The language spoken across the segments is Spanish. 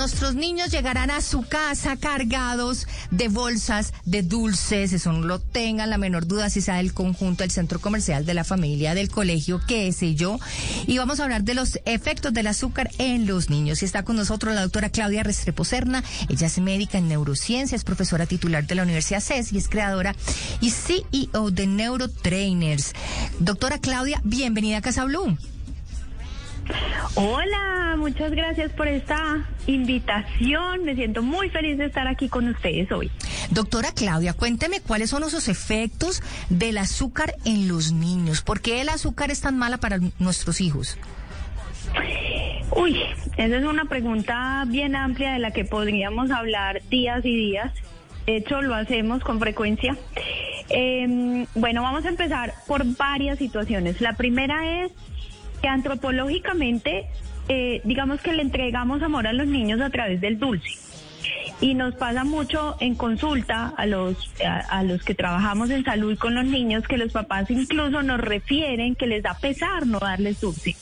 Nuestros niños llegarán a su casa cargados de bolsas de dulces, eso no lo tengan la menor duda, si sea del conjunto, del centro comercial, de la familia, del colegio, qué sé yo. Y vamos a hablar de los efectos del azúcar en los niños. Y está con nosotros la doctora Claudia Restrepo Serna. Ella es médica en neurociencia, es profesora titular de la Universidad CES y es creadora y CEO de Neurotrainers. Doctora Claudia, bienvenida a Casa Blue. Hola, muchas gracias por esta invitación. Me siento muy feliz de estar aquí con ustedes hoy. Doctora Claudia, cuénteme cuáles son esos efectos del azúcar en los niños. ¿Por qué el azúcar es tan mala para nuestros hijos? Uy, esa es una pregunta bien amplia de la que podríamos hablar días y días. De hecho, lo hacemos con frecuencia. Bueno, vamos a empezar por varias situaciones. La primera es que antropológicamente, digamos que le entregamos amor a los niños a través del dulce. Y nos pasa mucho en consulta a los que trabajamos en salud con los niños, que los papás incluso nos refieren que les da pesar no darles dulce.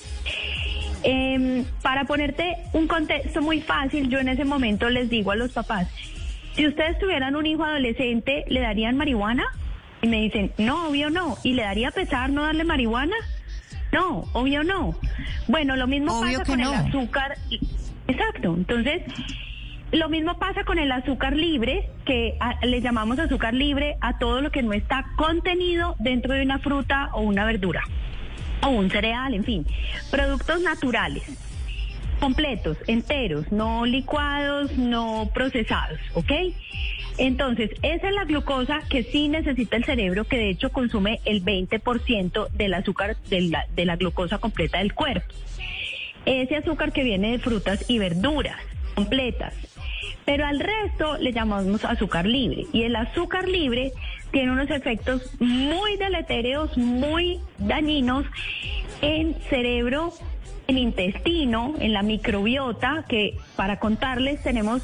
Para ponerte un contexto muy fácil, yo en ese momento les digo a los papás, si ustedes tuvieran un hijo adolescente, ¿le darían marihuana? Y me dicen, no, obvio no. ¿Y le daría pesar no darle marihuana? No, obvio no. Bueno, lo mismo obvio pasa con el azúcar. Exacto. Entonces, lo mismo pasa con el azúcar libre, que le llamamos azúcar libre a todo lo que no está contenido dentro de una fruta o una verdura, o un cereal, en fin. Productos naturales, completos, enteros, no licuados, no procesados, ¿ok? Entonces, esa es la glucosa que sí necesita el cerebro, que de hecho consume el 20% del azúcar, de la glucosa completa del cuerpo. Ese azúcar que viene de frutas y verduras completas. Pero al resto le llamamos azúcar libre. Y el azúcar libre tiene unos efectos muy deletéreos, muy dañinos en cerebro, en intestino, en la microbiota, que para contarles tenemos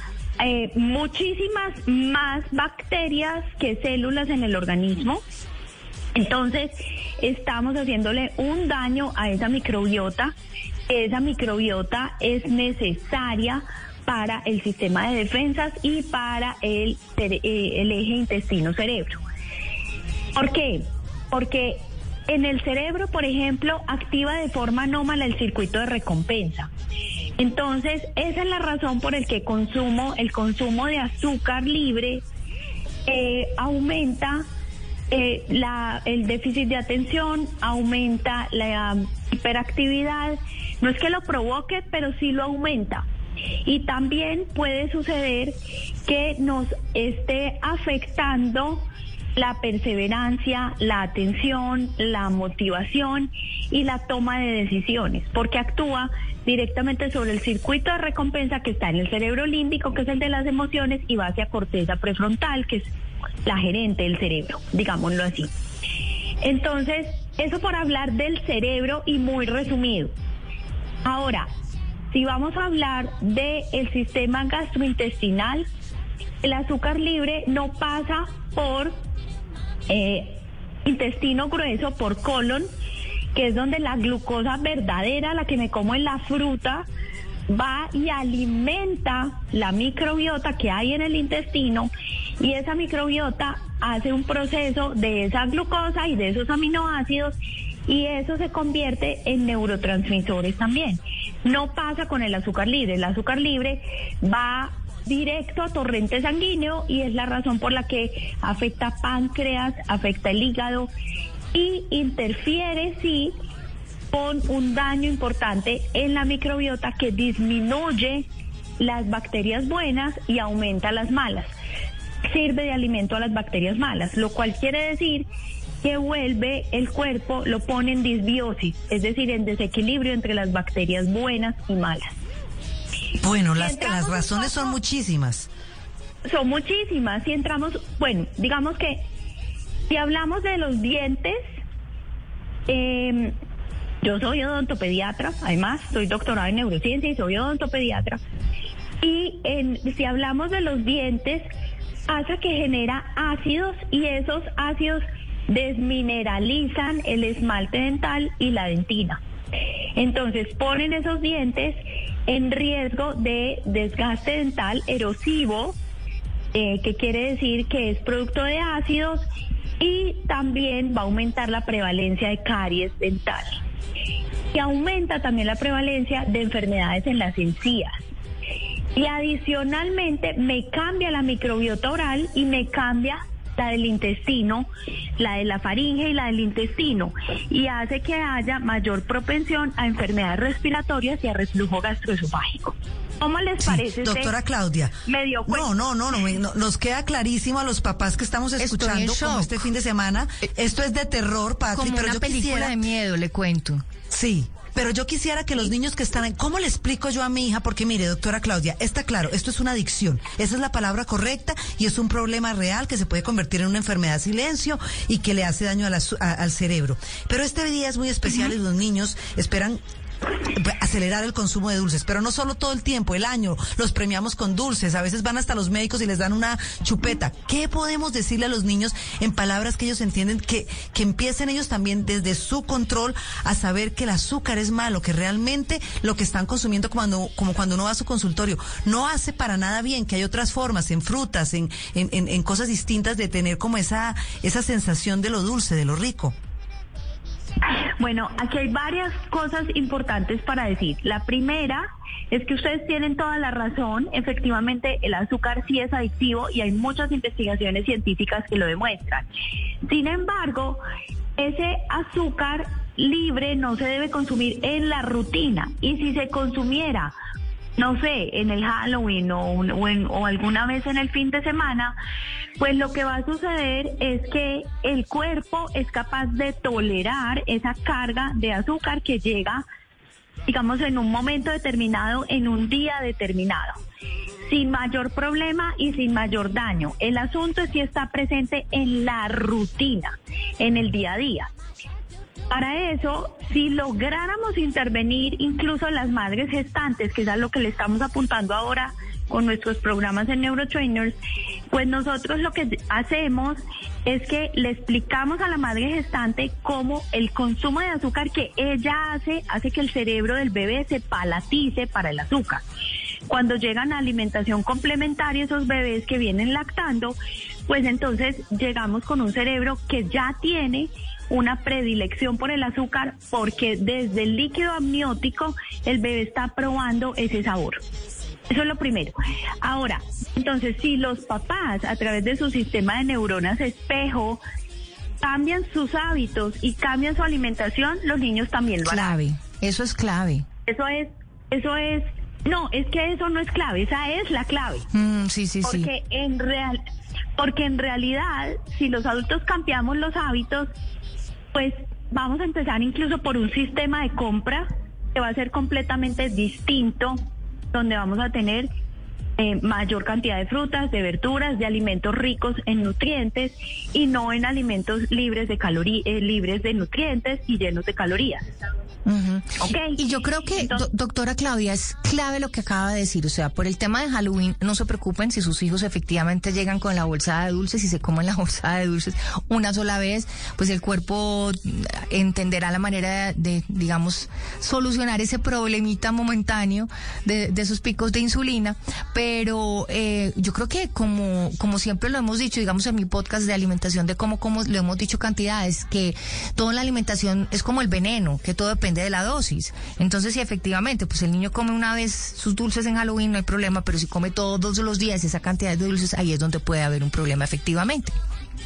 muchísimas más bacterias que células en el organismo. Entonces estamos haciéndole un daño a esa microbiota. Esa microbiota es necesaria para el sistema de defensas y para el eje intestino-cerebro. ¿Por qué? Porque en el cerebro, por ejemplo, activa de forma anómala el circuito de recompensa. Entonces, esa es la razón por el que el consumo de azúcar libre aumenta el déficit de atención, aumenta la hiperactividad. No es que lo provoque, pero sí lo aumenta. Y también puede suceder que nos esté afectando la perseverancia, la atención, la motivación y la toma de decisiones, porque actúa directamente sobre el circuito de recompensa que está en el cerebro límbico, que es el de las emociones, y va hacia corteza prefrontal, que es la gerente del cerebro, digámoslo así. Entonces, eso por hablar del cerebro y muy resumido. Ahora, si vamos a hablar del sistema gastrointestinal, el azúcar libre no pasa por intestino grueso, por colon, que es donde la glucosa verdadera, la que me como en la fruta, va y alimenta la microbiota que hay en el intestino, y esa microbiota hace un proceso de esa glucosa y de esos aminoácidos, y eso se convierte en neurotransmisores también. No pasa con el azúcar libre. El azúcar libre va directo a torrente sanguíneo y es la razón por la que afecta páncreas, afecta el hígado y interfiere, sí, con un daño importante en la microbiota que disminuye las bacterias buenas y aumenta las malas. Sirve de alimento a las bacterias malas, lo cual quiere decir que vuelve el cuerpo, lo pone en disbiosis, es decir, en desequilibrio entre las bacterias buenas y malas. Bueno, las razones son muchísimas. Son muchísimas. Si entramos, bueno, digamos que si hablamos de los dientes, yo soy odontopediatra, además soy doctorada en neurociencia y soy odontopediatra. Y si hablamos de los dientes, pasa que genera ácidos y esos ácidos desmineralizan el esmalte dental y la dentina. Entonces ponen esos dientes en riesgo de desgaste dental erosivo, que quiere decir que es producto de ácidos, y también va a aumentar la prevalencia de caries dental. Y aumenta también la prevalencia de enfermedades en las encías. Y adicionalmente me cambia la microbiota oral y me cambia la del intestino, la de la faringe y la del intestino, y hace que haya mayor propensión a enfermedades respiratorias y a reflujo gastroesofágico. ¿Cómo les parece? Doctora Claudia. No, nos queda clarísimo a los papás que estamos escuchando como este fin de semana. Esto es de terror, Patri, como pero una película de miedo, le cuento. Sí. Pero yo quisiera que los niños que están ahí, ¿cómo le explico yo a mi hija? Porque mire, doctora Claudia, está claro, esto es una adicción, esa es la palabra correcta y es un problema real que se puede convertir en una enfermedad silencio y que le hace daño al cerebro. Pero este día es muy especial y los niños esperan acelerar el consumo de dulces, pero no solo todo el tiempo, el año los premiamos con dulces, a veces van hasta los médicos y les dan una chupeta. ¿Qué podemos decirle a los niños en palabras que ellos entienden, que empiecen ellos también desde su control a saber que el azúcar es malo, que realmente lo que están consumiendo como cuando uno va a su consultorio no hace para nada bien, que hay otras formas, en frutas, en cosas distintas de tener como esa sensación de lo dulce, de lo rico? Bueno, aquí hay varias cosas importantes para decir. La primera es que ustedes tienen toda la razón. Efectivamente, el azúcar sí es adictivo y hay muchas investigaciones científicas que lo demuestran. Sin embargo, ese azúcar libre no se debe consumir en la rutina. Y si se consumiera, no sé, en el Halloween o alguna vez en el fin de semana, pues lo que va a suceder es que el cuerpo es capaz de tolerar esa carga de azúcar que llega, digamos, en un momento determinado, en un día determinado, sin mayor problema y sin mayor daño. El asunto es si está presente en la rutina, en el día a día. Para eso, si lográramos intervenir incluso las madres gestantes, que es a lo que le estamos apuntando ahora con nuestros programas en Neurotrainers, pues nosotros lo que hacemos es que le explicamos a la madre gestante cómo el consumo de azúcar que ella hace que el cerebro del bebé se palatice para el azúcar. Cuando llegan a alimentación complementaria esos bebés que vienen lactando, pues entonces llegamos con un cerebro que ya tiene una predilección por el azúcar, porque desde el líquido amniótico el bebé está probando ese sabor. Eso es lo primero. Ahora, entonces, si los papás, a través de su sistema de neuronas espejo, cambian sus hábitos y cambian su alimentación, los niños también lo harán. Clave, eso es clave. No, es que eso no es clave, esa es la clave. Sí. Porque en realidad, si los adultos cambiamos los hábitos, pues vamos a empezar incluso por un sistema de compra que va a ser completamente distinto, donde vamos a tener mayor cantidad de frutas, de verduras, de alimentos ricos en nutrientes y no en alimentos libres de nutrientes y llenos de calorías. Okay. Y yo creo que, doctora Claudia, es clave lo que acaba de decir. O sea, por el tema de Halloween, no se preocupen si sus hijos efectivamente llegan con la bolsada de dulces y se comen la bolsada de dulces una sola vez, pues el cuerpo entenderá la manera de digamos, solucionar ese problemita momentáneo de esos picos de insulina. Pero yo creo que como siempre lo hemos dicho, digamos en mi podcast de alimentación, de cómo lo hemos dicho cantidades, que todo en la alimentación es como el veneno, que todo depende de la dosis. Entonces, si efectivamente, pues el niño come una vez sus dulces en Halloween, no hay problema, pero si come todos los días esa cantidad de dulces, ahí es donde puede haber un problema efectivamente.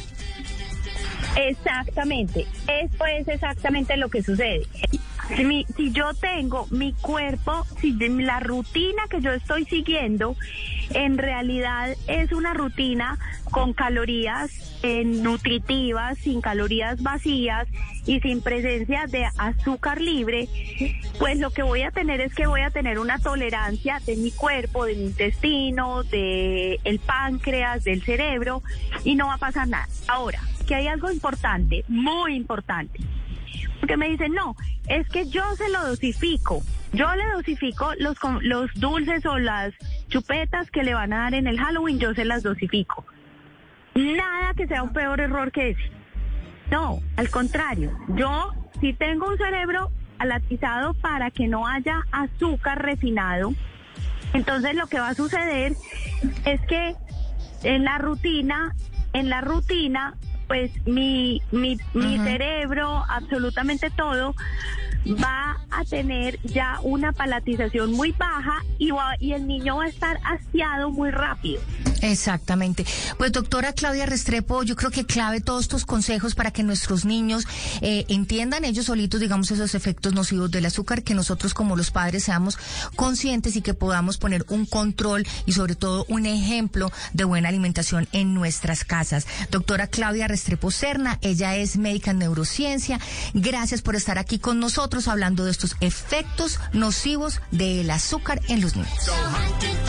Exactamente, eso es exactamente lo que sucede. Si yo tengo mi cuerpo, si la rutina que yo estoy siguiendo en realidad es una rutina con calorías nutritivas, sin calorías vacías y sin presencia de azúcar libre, pues lo que voy a tener es que voy a tener una tolerancia de mi cuerpo, de mi intestino, de el páncreas, del cerebro, y no va a pasar nada. Ahora, que hay algo importante, muy importante, porque me dicen, no, es que yo se lo dosifico. Yo le dosifico los dulces o las chupetas que le van a dar en el Halloween, yo se las dosifico. Nada que sea un peor error que ese. No, al contrario, yo si tengo un cerebro palatizado para que no haya azúcar refinado. Entonces lo que va a suceder es que en la rutina, pues mi cerebro, absolutamente todo, va a tener ya una palatización muy baja y el niño va a estar hastiado muy rápido. Exactamente. Pues doctora Claudia Restrepo, yo creo que clave todos estos consejos para que nuestros niños entiendan ellos solitos, digamos, esos efectos nocivos del azúcar, que nosotros como los padres seamos conscientes y que podamos poner un control y sobre todo un ejemplo de buena alimentación en nuestras casas. Doctora Claudia Restrepo Serna, ella es médica en neurociencia. Gracias por estar aquí con nosotros hablando de estos efectos nocivos del azúcar en los niños.